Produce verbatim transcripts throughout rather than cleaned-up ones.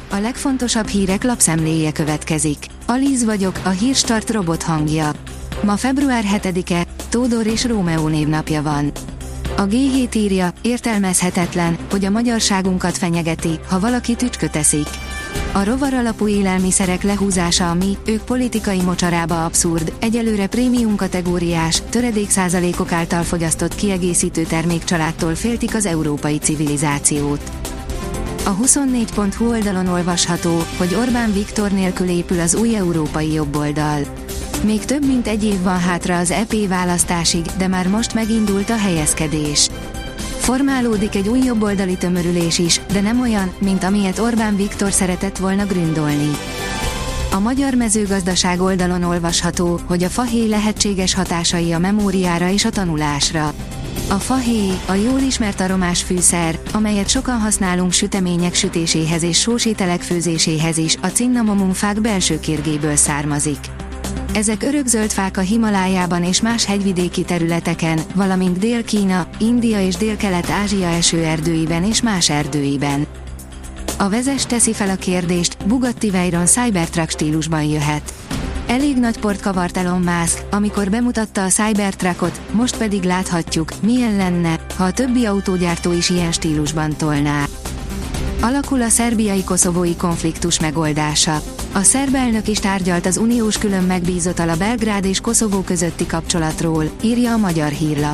A legfontosabb hírek lapszemléje következik. Alíz vagyok, a Hírstart robot hangja. Ma február hetedike, Tódor és Rómeó névnapja van. A gé hét írja, értelmezhetetlen, hogy a magyarságunkat fenyegeti, ha valaki tücskö eszik. A rovar alapú élelmiszerek lehúzása a mi, ők politikai mocsarába abszurd, egyelőre prémium kategóriás, töredék százalékok által fogyasztott kiegészítő termékcsaládtól féltik az európai civilizációt. A huszonnégy pont hu oldalon olvasható, hogy Orbán Viktor nélkül épül az új európai jobboldal. Még több mint egy év van hátra az é pé választásig, de már most megindult a helyezkedés. Formálódik egy új jobboldali tömörülés is, de nem olyan, mint amilyet Orbán Viktor szeretett volna gründolni. A magyar mezőgazdaság oldalon olvasható, hogy a fahéj lehetséges hatásai a memóriára és a tanulásra. A fahéj, a jól ismert aromás fűszer, amelyet sokan használunk sütemények sütéséhez és sósételek főzéséhez is, a cinnamomum fák belső kérgéből származik. Ezek örökzöld fák a Himalájában és más hegyvidéki területeken, valamint Dél-Kína, India és Dél-Kelet-Ázsia esőerdőiben és más erdőiben. A Vezes teszi fel a kérdést, Bugatti Veyron Cybertruck stílusban jöhet. Elég nagy port kavart Elon Musk, amikor bemutatta a Cybertruckot, most pedig láthatjuk, milyen lenne, ha a többi autógyártó is ilyen stílusban tolná. Alakul a szerbiai-koszovói konfliktus megoldása. A szerb elnök is tárgyalt az uniós külön megbízottal a Belgrád és Koszovó közötti kapcsolatról, írja a Magyar Hírlap.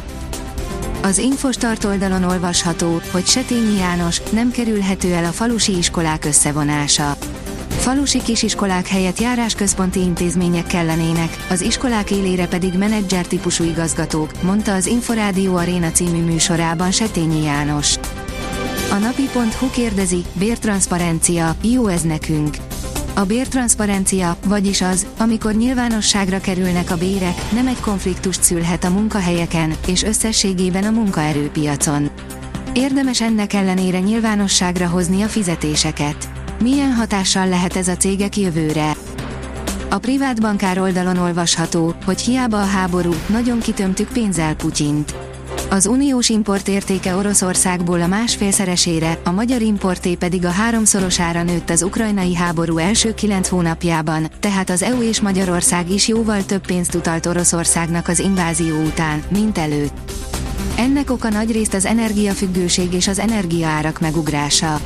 Az Infostart oldalon olvasható, hogy Setényi János, nem kerülhető el a falusi iskolák összevonása. Falusi kisiskolák helyett járásközponti intézmények kellenének, az iskolák élére pedig menedzser típusú igazgatók, mondta az Inforádió Aréna című műsorában Setényi János. A napi pont hu kérdezi, bértranszparencia, jó ez nekünk. A bértranszparencia, vagyis az, amikor nyilvánosságra kerülnek a bérek, nem egy konfliktust szülhet a munkahelyeken, és összességében a munkaerőpiacon. Érdemes ennek ellenére nyilvánosságra hozni a fizetéseket. Milyen hatással lehet ez a cégek jövőre? A privát bankár oldalon olvasható, hogy hiába a háború, nagyon kitömtük pénzzel Putyint. Az uniós import értéke Oroszországból a másfélszeresére, a magyar importé pedig a háromszorosára nőtt az ukrajnai háború első kilenc hónapjában, tehát az é u és Magyarország is jóval több pénzt utalt Oroszországnak az invázió után, mint előtt. Ennek oka nagyrészt az energiafüggőség és az energiaárak megugrása.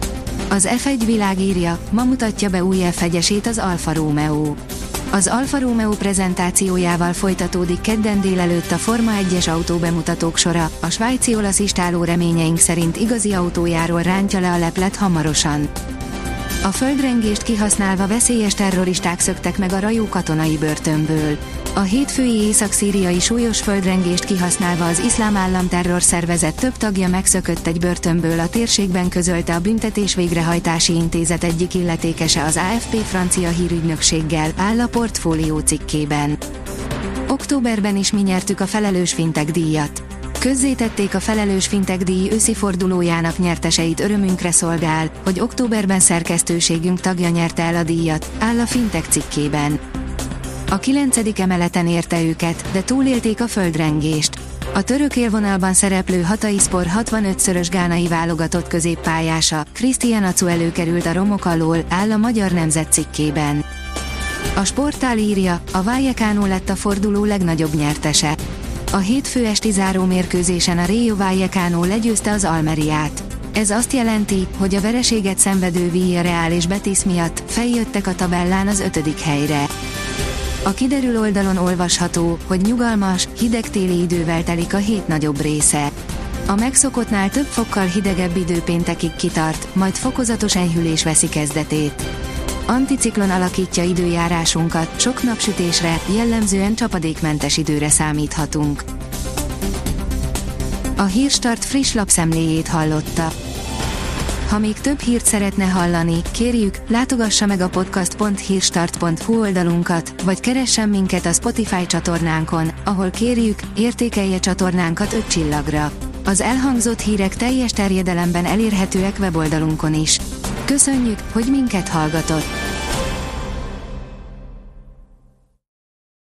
Az ef egy világ írja, ma mutatja be új ef egyesét az Alfa Romeo. Az Alfa Romeo prezentációjával folytatódik kedden délelőtt a Forma egyes autóbemutatók sora, a svájci-olasz istáló reményeink szerint igazi autójáról rántja le a leplet hamarosan. A földrengést kihasználva veszélyes terroristák szöktek meg a Rajó katonai börtönből. A hétfői észak-szíriai súlyos földrengést kihasználva az Iszlám Állam terrorszervezet több tagja megszökött egy börtönből, a térségben közölte a Büntetés Végrehajtási Intézet egyik illetékese az á ef pé francia hírügynökséggel, áll a Portfólió cikkében. Októberben is mi nyertük a Felelős Fintech díjat. Közzétették a Felelős Fintech díj őszi fordulójának nyerteseit, örömünkre szolgál, hogy októberben szerkesztőségünk tagja nyerte el a díjat, áll a Fintech cikkében. A kilencedik emeleten érte őket, de túlélték a földrengést. A török élvonalban szereplő Hatayspor hatvanötszörös gánai válogatott középpályása, Krisztián Acu előkerült a romok alól, áll a Magyar Nemzet cikkében. A Sportál írja, a Vallecano lett a forduló legnagyobb nyertese. A hétfő esti záró mérkőzésen a Rayo Vallecano legyőzte az Almeriát. Ez azt jelenti, hogy a vereséget szenvedő Villarreal és Betis miatt feljöttek a tabellán az ötödik helyre. A Kiderül oldalon olvasható, hogy nyugalmas, hideg téli idővel telik a hét nagyobb része. A megszokottnál több fokkal hidegebb idő péntekig kitart, majd fokozatos enyhülés veszi kezdetét. Anticiklon alakítja időjárásunkat, sok napsütésre, jellemzően csapadékmentes időre számíthatunk. A Hírstart friss lapszemléjét hallotta. Ha még több hírt szeretne hallani, kérjük, látogassa meg a podcast pont hírstart pont hu oldalunkat, vagy keressen minket a Spotify csatornánkon, ahol kérjük, értékelje csatornánkat öt csillagra. Az elhangzott hírek teljes terjedelemben elérhetőek weboldalunkon is. Köszönjük, hogy minket hallgatott!